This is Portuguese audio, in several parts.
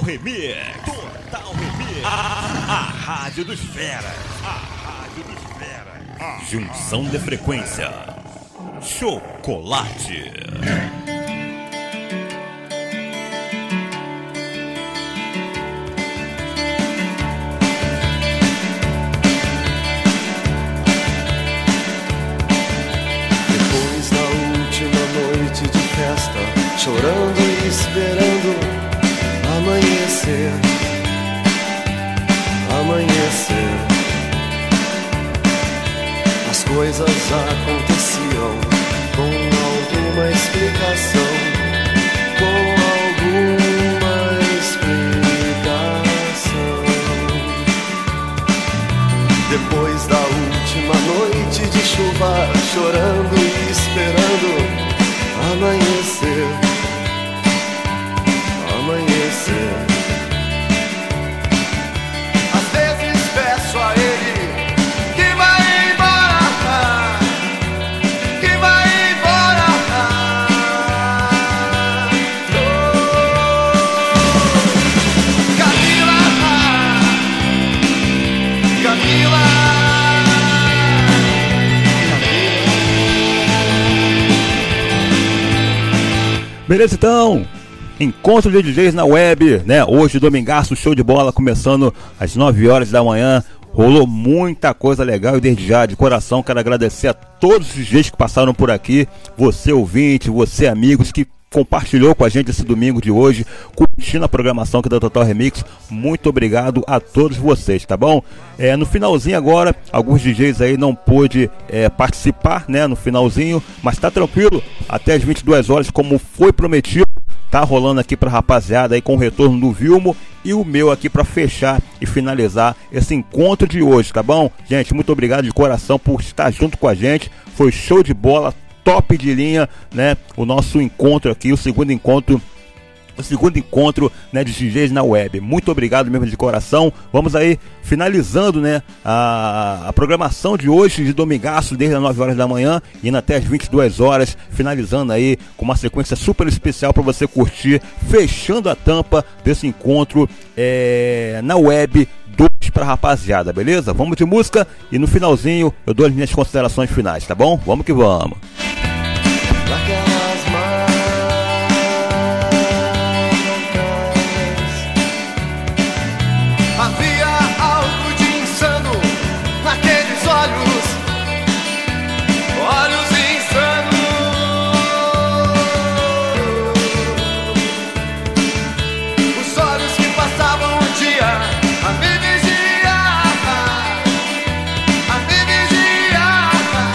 Remix. Total Remix. A Rádio dos Feras. A Rádio dos Feras. Junção de frequência. Chocolate. Depois da última noite de festa, chorando e esperando amanhecer, amanhecer. As coisas aconteciam com alguma explicação, com alguma explicação. Depois da última noite de chuva, chorando e esperando amanhecer, amanhecer. Às vezes peço a ele que vai embora, que vai embora. Camila, Camila. Beleza, então? Encontro de DJs na web, né? Hoje, domingaço, show de bola, começando às 9 horas da manhã. Rolou muita coisa legal e desde já, de coração, quero agradecer a todos os DJs que passaram por aqui. Você ouvinte, você amigos que compartilhou com a gente esse domingo de hoje, curtindo a programação aqui da Total Remix. Muito obrigado a todos vocês, tá bom? No finalzinho agora, alguns DJs aí não pôde participar, né, no finalzinho, mas tá tranquilo, até as 22 horas, como foi prometido, tá rolando aqui pra rapaziada aí com o retorno do Vilmo e o meu aqui pra fechar e finalizar esse encontro de hoje, tá bom? Gente, muito obrigado de coração por estar junto com a gente, foi show de bola, top de linha, né? O nosso encontro aqui, o segundo encontro, né, de DJs na web. Muito obrigado mesmo de coração. Vamos aí finalizando, né, a programação de hoje de domingaço, desde as 9 horas da manhã, indo até as 22 horas, finalizando aí com uma sequência super especial para você curtir, fechando a tampa desse encontro na web. Dois pra rapaziada, beleza? Vamos de música e no finalzinho eu dou as minhas considerações finais, tá bom? Vamos que vamos. Daquelas marcas, havia algo de insano naqueles olhos, olhos insanos. Os olhos que passavam o dia a me vigiar, a me vigiar.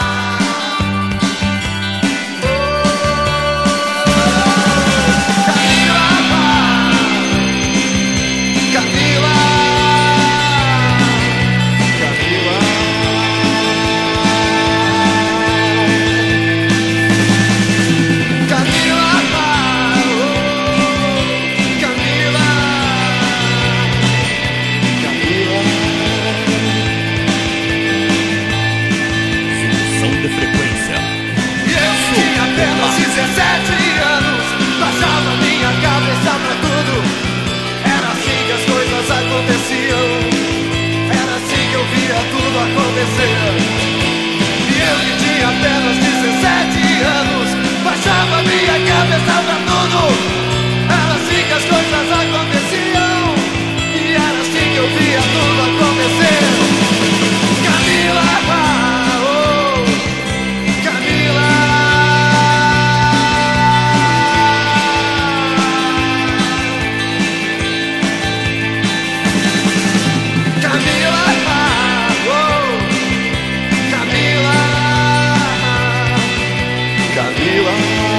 Camila, Camila, Camila, Camila, oh, Camila, Camila. Junção de frequência. E eu tinha apenas 17 anos, baixava minha cabeça pra tudo. Era assim que as coisas aconteciam, era assim que eu via tudo acontecer. E eu que tinha apenas 17 anos, baixava minha cabeça pra tudo. Era assim que as coisas aconteciam, e era assim que eu via tudo acontecer. Camila, oh, Camila. Camila, oh, Camila, Camila.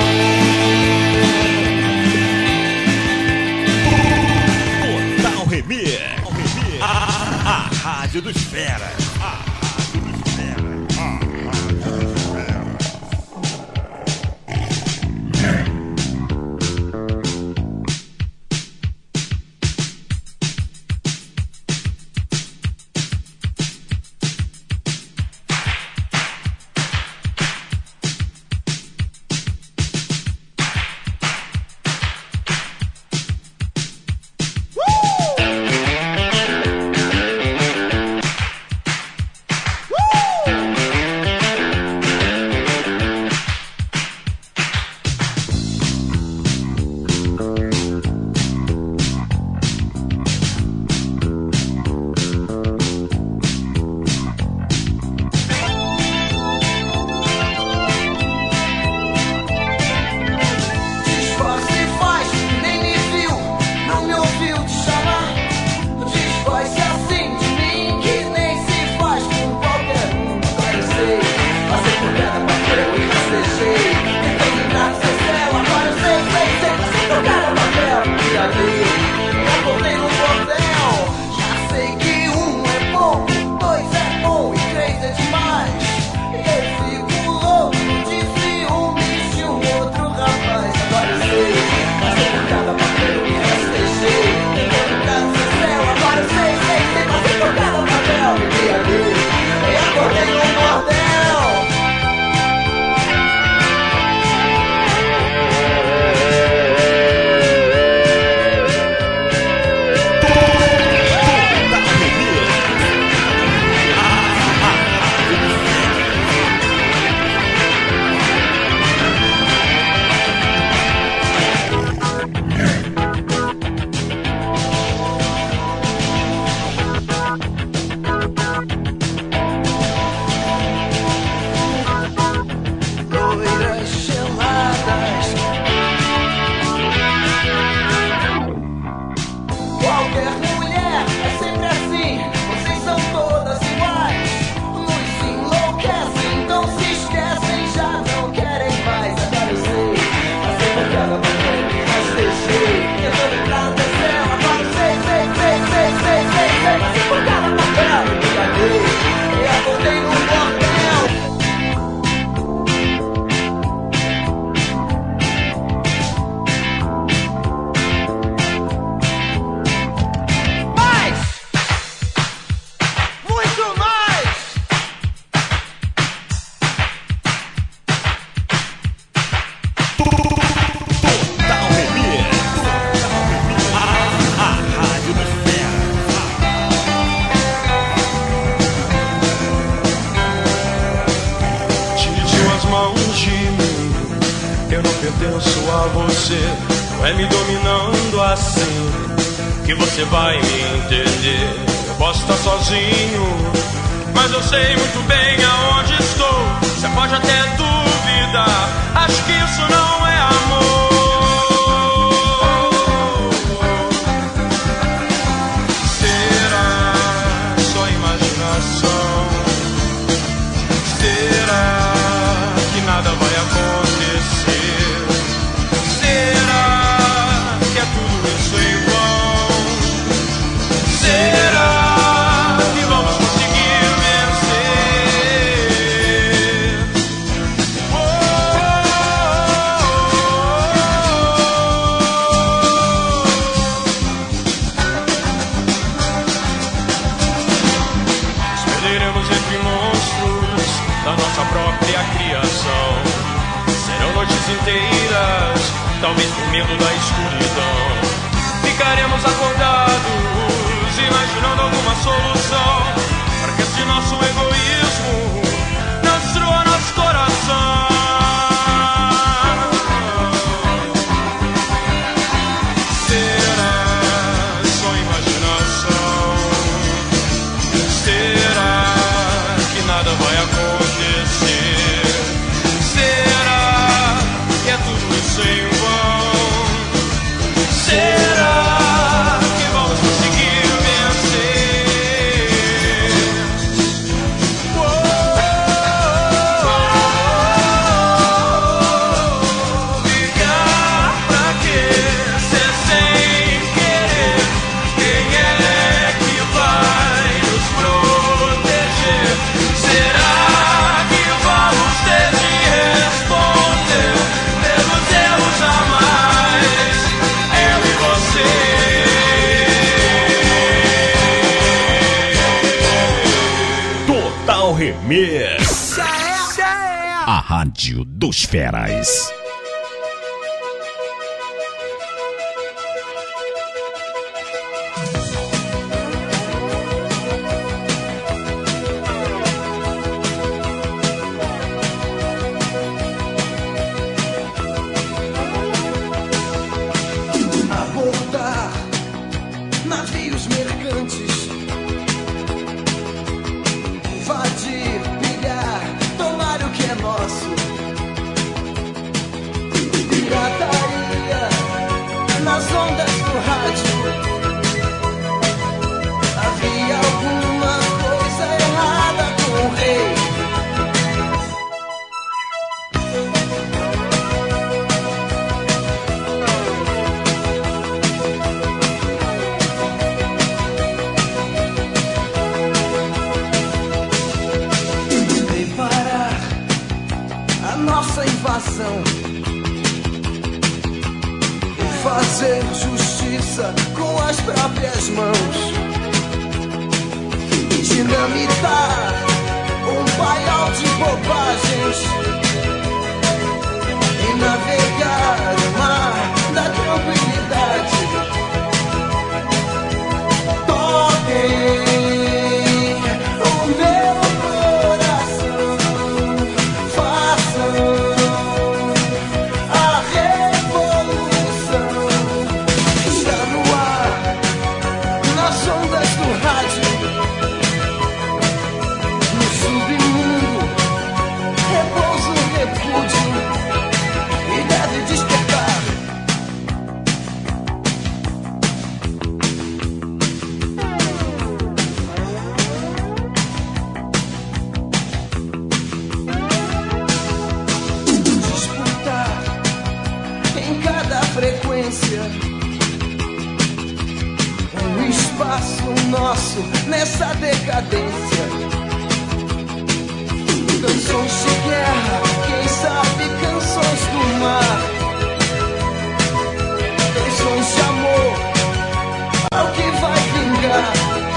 Total Remix. A Rádio dos Feras. A Rádio dos Feras. A Rádio dos Feras. Woo! A Rádio dos Feras. Abordar navios mercantes, invadir, pilhar, tomar o que é nosso. Pirataria nas ondas do rádio. Havia alguma coisa errada com o rei. Preparar a nossa invasão e fazer justiça com as próprias mãos. Dinamitar um paiol de bobagens e navegar o mar da tranquilidade. Toquem o meu coração, façam a revolução. espaço nosso nessa decadência. Canções de guerra, quem sabe canções do mar. Canções de amor, ao que vai vingar.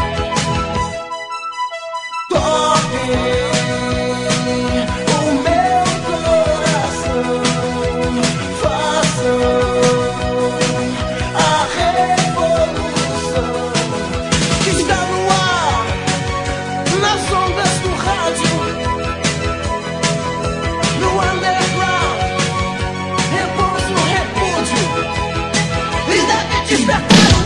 Toquem o meu coração, façam a revolução que está no ar, nas ondas do rádio, no underground, repouso, repúdio, e deve despertar o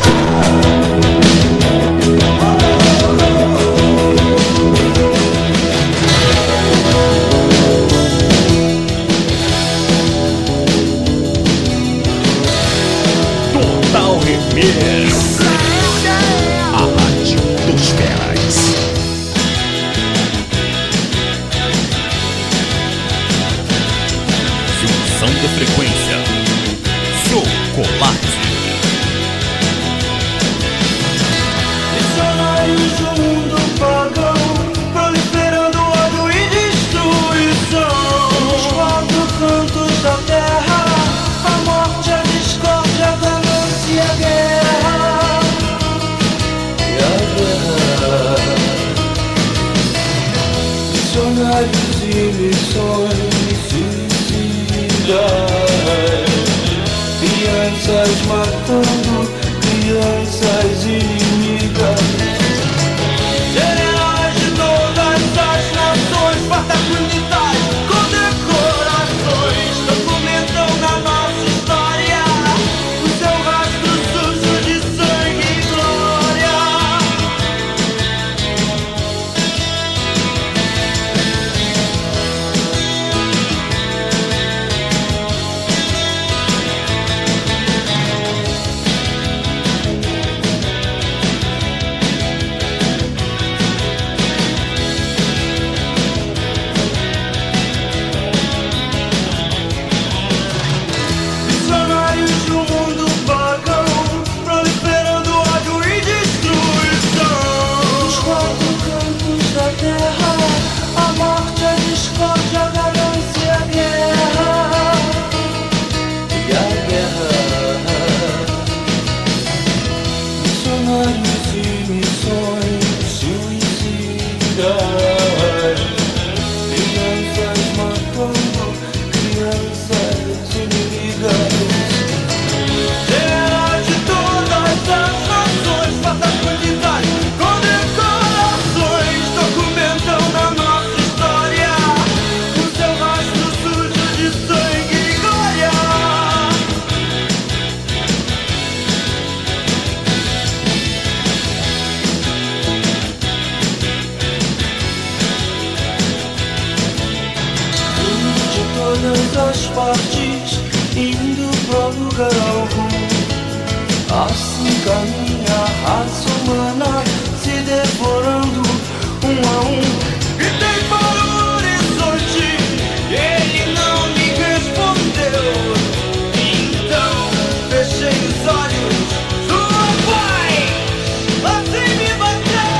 Total Remix. A Rádio dos Feras. Junção de frequência. Chocolate. Missionários do mundo pagão, proliferando ódio e destruição. Nos quatro cantos da terra, a morte, a discórdia, a ganância e a guerra. E a guerra. Missionários e missões suicidas. Crianças matando crianças inimigas. Generais de todas as nações, Espartacos militares, condecorações, documentam na nossa história o seu rastro sujo de sangue e glória. Missionários do mundo pagão, proliferando ódio e destruição. Nos quatro cantos da terra, a morte, a discórdia, a ganância e a guerra. E a guerra. Missionários e missões suicidas. Crianças matando crianças inimigas. Generais de todas as nações, Espartacos militares, condecorações, documentam na nossa história o seu rastro sujo de sangue e glória. De todas as partes, indo pro lugar algum. Assim caminha a raça humana, se devorando um a um. Gritei para o horizonte, ele não me respondeu. Então fechei os olhos, sua paz assim me bateu.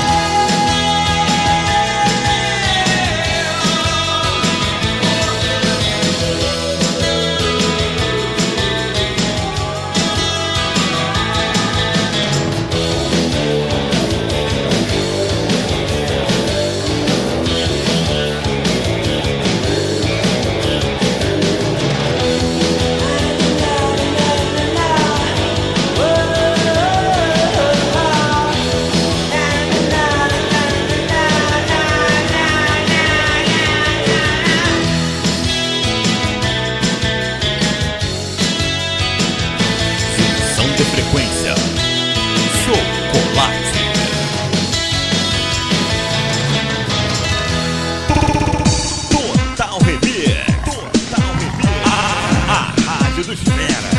Junção de frequência. Chocolate. Total Remix. Total Remix. A Rádio dos Feras.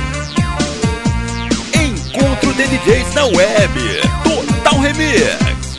DJs na web. Total Remix.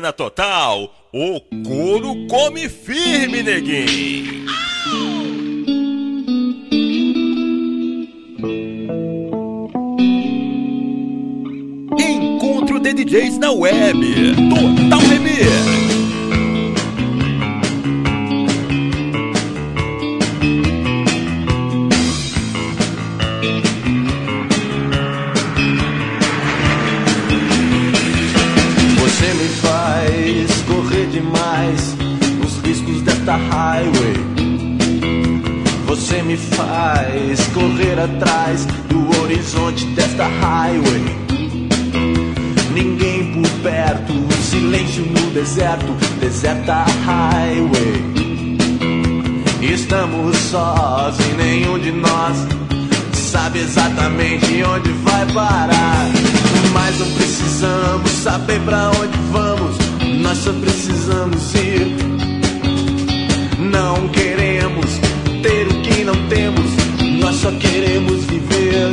Arena Total, o couro come firme, neguinho. Encontro de DJs na web, Total Remix. Você me faz correr demais os riscos desta highway. Você me faz correr atrás do horizonte desta highway. Ninguém por perto, silêncio no deserto, deserta highway. Estamos sós e nenhum de nós sabe exatamente onde vai parar. Mas não precisamos saber pra onde vamos, nós só precisamos ir. Não queremos ter o que não temos, nós só queremos viver.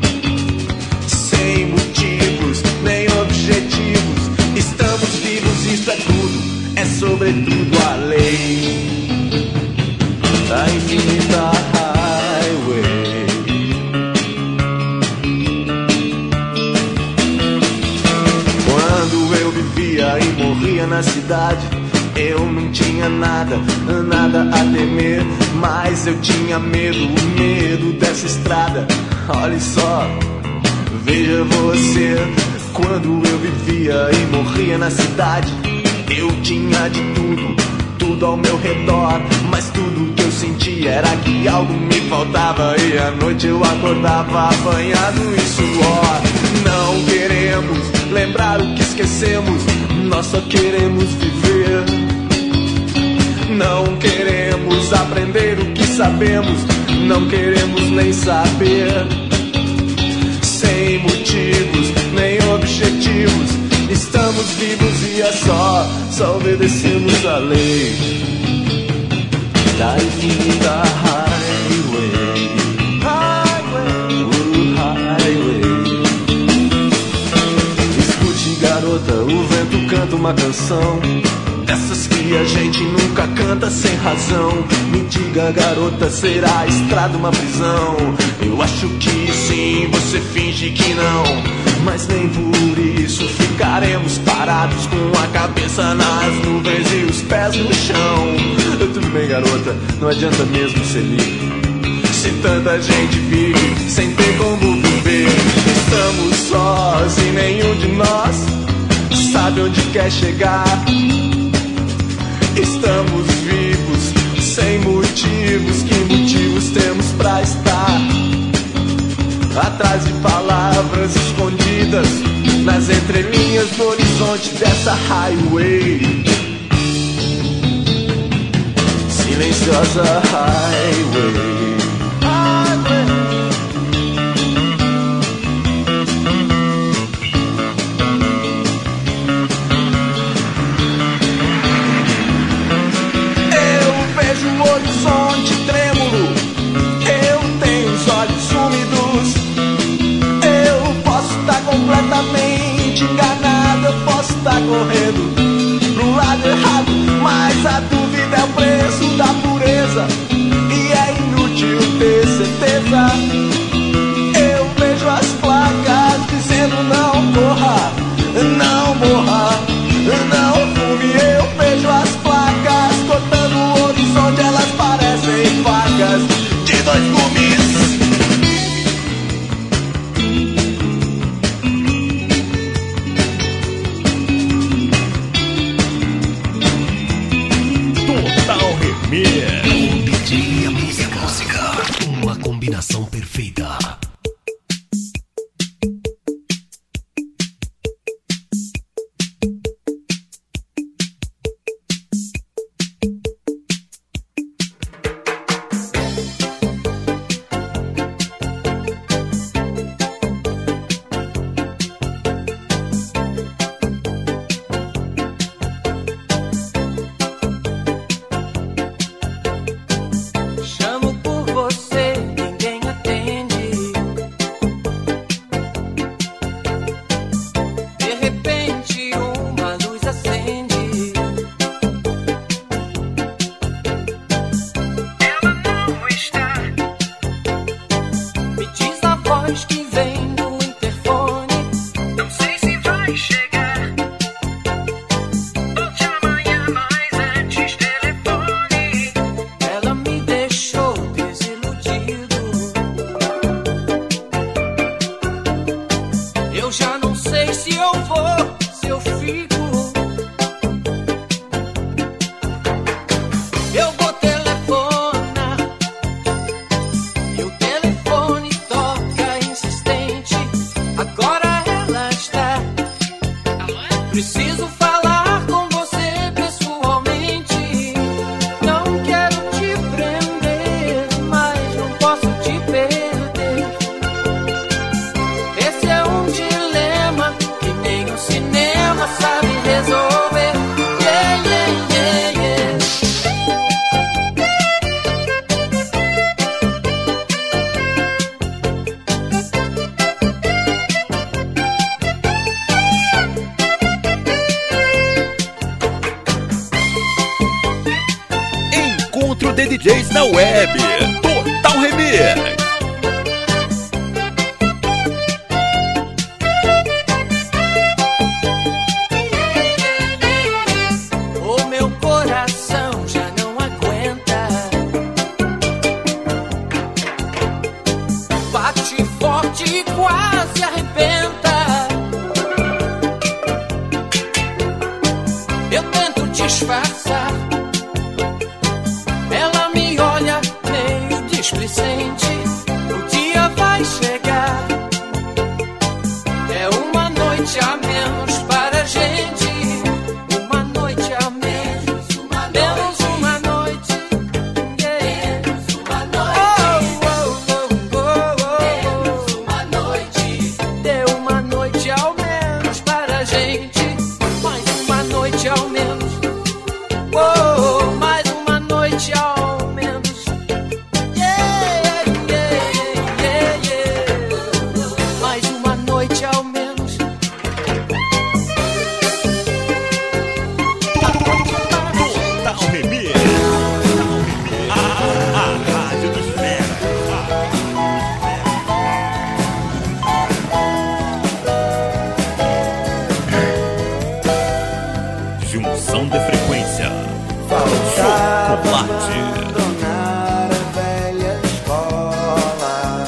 Sem motivos, nem objetivos, estamos vivos, isto é tudo, é sobretudo a lei da infinita highway. Quando eu vivia e morria na cidade, eu não tinha nada a temer, mas eu tinha medo, o medo dessa estrada. Olha só, veja você, quando eu vivia e morria na cidade, eu tinha de tudo ao meu redor, mas tudo que eu sentia era que algo me faltava, e à noite eu acordava apanhado em suor. Não queremos lembrar o que esquecemos, nós só queremos viver. Não queremos aprender o que sabemos, não queremos nem saber. Sem motivos, nem objetivos, estamos vivos e é só obedecemos a lei da infinita highway. Highway. Escute, garota, o vento canta uma canção dessas que a gente nunca canta sem razão. Me diga, garota, será a estrada uma prisão? Eu acho que sim, você finge que não, mas nem por isso ficaremos parados com a cabeça nas nuvens e os pés no chão. Tudo bem, garota, não adianta mesmo ser livre se tanta gente vive sem ter como viver. Estamos sós e nenhum de nós sabe onde quer chegar. Estamos vivos, sem motivos, que motivos temos pra estar atrás de palavras escondidas nas entrelinhas do horizonte dessa highway. Silenciosa highway. O horizonte trêmulo, eu tenho os olhos úmidos. Eu posso estar completamente enganado, eu posso estar correndo pro lado errado, mas a dúvida é o preço da pureza e é inútil ter certeza. Eu vejo as placas dizendo não corra, não morra, não fume. Eu vejo as placas cortando o horizonte, elas parecem facas de dois gumes. Total Remix. O DJ e a música, uma combinação perfeita. Chamo por você, ninguém atende. Encontro de DJs na web. Total Remix. O meu coração já não aguenta. Bate forte e quase arrebenta. Eu tento disfarçar. Ela me olha meio displicente. O dia vai chegar. É uma noite a menos para a gente. Uma noite a menos. Menos uma noite. Menos uma noite. Dê uma noite ao menos para a gente. Mais uma noite ao menos. Mais uma noite ao menos. Mais uma noite ao menos. Total Remix. A rádio dos fera. Junção de frequência. Chocolate. Abandonar a velha escola,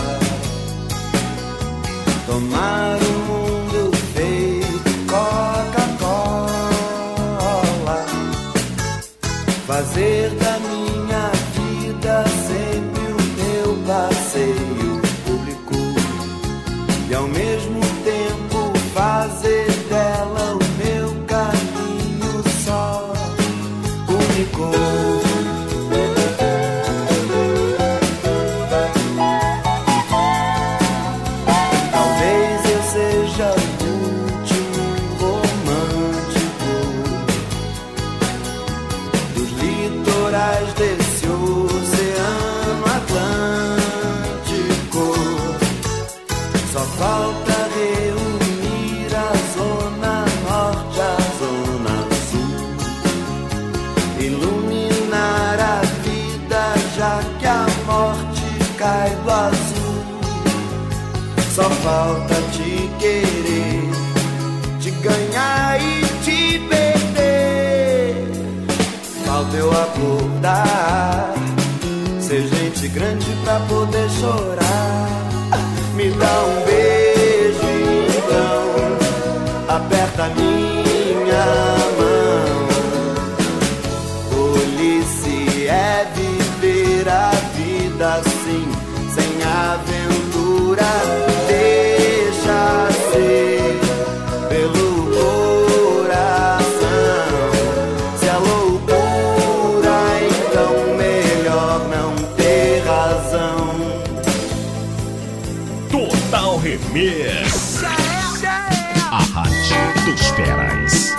tomar o mundo feito Coca-Cola, fazer da minha vida sempre o meu passeio público e ao mesmo tempo fazer dela o meu caminho só único. Talvez eu seja o último romântico dos litorais desse oceano Atlântico. Só falta reunir a zona norte à zona sul, iluminar a vida já que a morte cai do azul. Só falta te querer, te ganhar e te perder. Falta eu acordar, ser gente grande pra poder chorar. Me dá um beijo então, aperta minha mão. Tolice é viver a vida assim, sem aventura. Deixa ser pelo coração. Se é loucura, então melhor não ter razão. Total Remix. A rádio dos feras.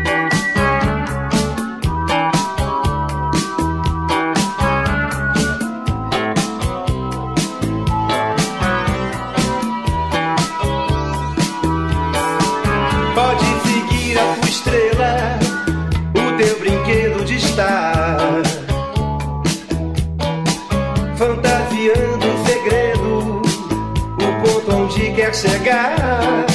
Pode seguir a tua estrela, o teu brinquedo de estar fantasiando um segredo, o ponto onde quer chegar.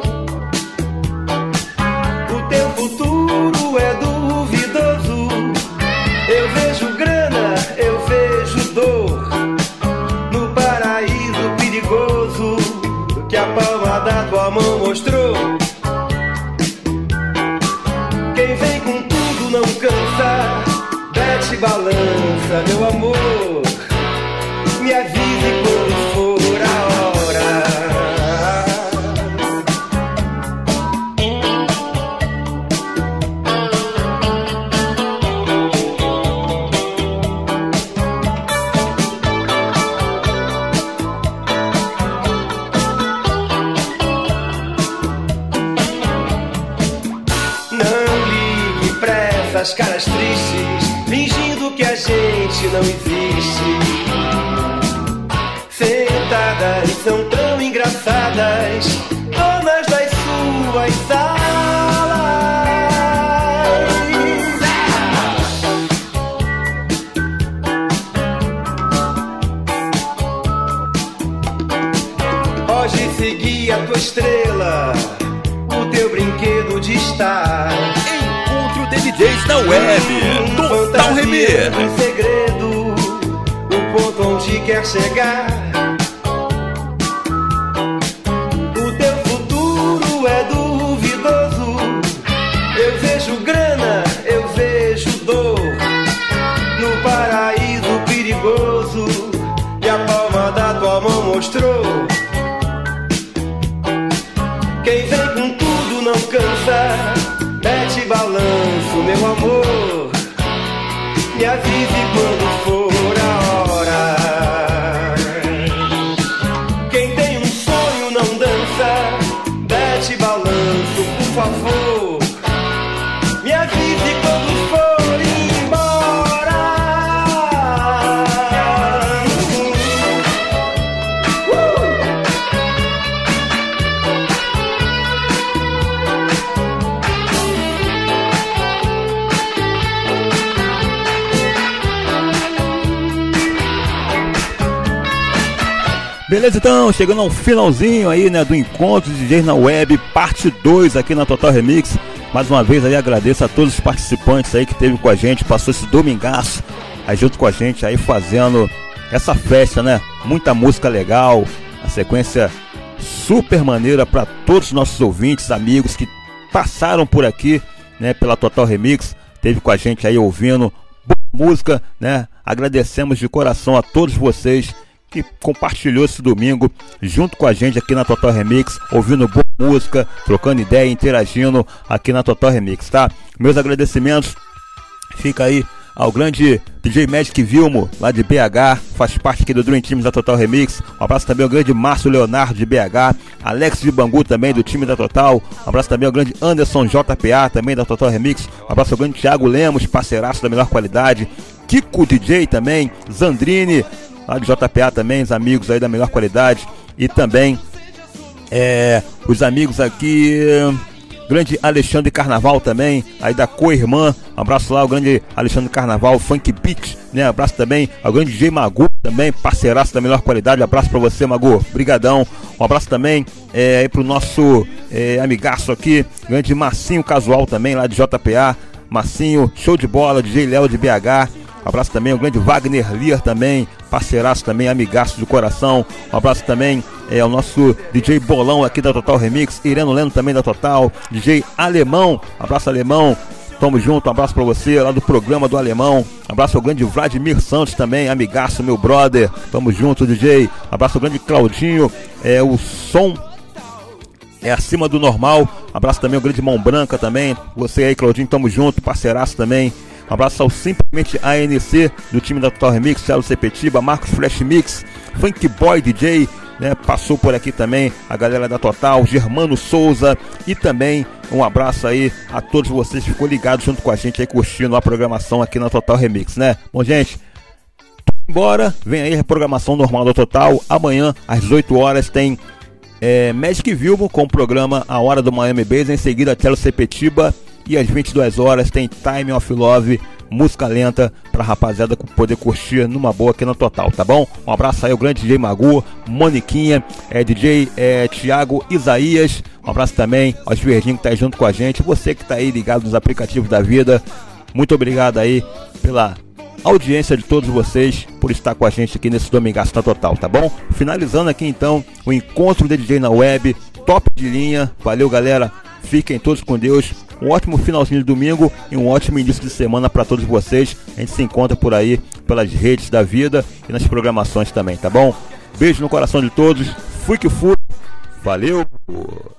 O teu futuro é duvidoso. Eu vejo grana, eu vejo dor no paraíso perigoso que a palma da tua mão mostrou. Quem vem com tudo não cansa, desce balança, meu amor. Me avise quando for a hora. Essas caras tristes, fingindo que a gente não existe. Sentadas, são tão engraçadas, donas das suas salas. estrela, o teu brinquedo de estar. Encontro de DJs na web. Total Remix. Um segredo, o ponto onde quer chegar. O teu futuro é duvidoso. Eu vejo grana, eu vejo dor. No paraíso perigoso, e a palma da tua mão mostrou. Quem vem com tudo não cansa. Mete balanço, meu amor. Me avise quando for a hora. Quem tem um sonho não dança. Mete balanço, por favor. Me avise quando for embora. Beleza, então, chegando ao finalzinho aí, né, do Encontro de DJs na Web, parte 2 aqui na Total Remix. Mais uma vez aí agradeço a todos os participantes aí que esteve com a gente, passou esse domingaço aí junto com a gente aí fazendo essa festa, né? Muita música legal, a sequência super maneira para todos os nossos ouvintes, amigos que passaram por aqui, né, pela Total Remix, esteve com a gente aí ouvindo boa música, né? Agradecemos de coração a todos vocês que compartilhou esse domingo junto com a gente aqui na Total Remix, ouvindo boa música, trocando ideia, interagindo aqui na Total Remix, tá? Meus agradecimentos fica aí ao grande DJ Magic Vilmo, lá de BH, faz parte aqui do Dream Team da Total Remix. Um abraço também ao grande Márcio Leonardo de BH, Alex de Bangu também do time da Total. Um abraço também ao grande Anderson JPA também da Total Remix. Um abraço ao grande Thiago Lemos, parceiraço da melhor qualidade. Kiko DJ também, Zandrini lá de JPA também, os amigos aí da melhor qualidade. E também os amigos aqui, grande Alexandre Carnaval também, aí da Co-Irmã. Um abraço lá ao grande Alexandre Carnaval, Funk Beat, né? Um abraço também ao grande DJ Magu também, parceiraço da melhor qualidade. Um abraço pra você, Magu, brigadão. Um abraço também aí pro nosso amigaço aqui, grande Marcinho Casual também, lá de JPA. Marcinho, show de bola, DJ Léo de BH. Um abraço também ao grande Wagner Lear também, parceiraço também, amigaço de coração. Um abraço também ao nosso DJ Bolão aqui da Total Remix, Ireno Leno também da Total, DJ Alemão, abraço Alemão, tamo junto, um abraço pra você lá do programa do Alemão. Um abraço ao grande Vladimir Santos também, amigaço, meu brother, tamo junto, DJ. Um abraço ao grande Claudinho, o som é acima do normal. Um abraço também ao grande Mão Branca também, você aí, Claudinho, tamo junto, parceiraço também. Um abraço ao Simplesmente ANC do time da Total Remix, Thiago Sepetiba, Marcos Flash Mix, Funk Boy DJ, né, passou por aqui também a galera da Total, Germano Souza. E também um abraço aí a todos vocês que ficou ligado junto com a gente aí, curtindo a programação aqui na Total Remix, né? Bom, gente, embora, vem aí a programação normal da Total. Amanhã às 18 horas tem Magic Vilmo com o programa A Hora do Miami Bass. Em seguida, Thiago Sepetiba. E às 22 horas tem Time of Love, música lenta pra rapaziada poder curtir numa boa aqui na Total, tá bom? Um abraço aí ao grande DJ Magu, Moniquinha, DJ Thiago Isaías. Um abraço também aos verdinhos que tá aí junto com a gente. Você que tá aí ligado nos aplicativos da vida, muito obrigado aí pela audiência de todos vocês, por estar com a gente aqui nesse domingaço na Total, tá bom? Finalizando aqui então o Encontro de DJ na Web, top de linha. Valeu, galera, fiquem todos com Deus. Um ótimo finalzinho de domingo e um ótimo início de semana para todos vocês. A gente se encontra por aí, pelas redes da vida e nas programações também, tá bom? Beijo no coração de todos. Fui que fui. Valeu!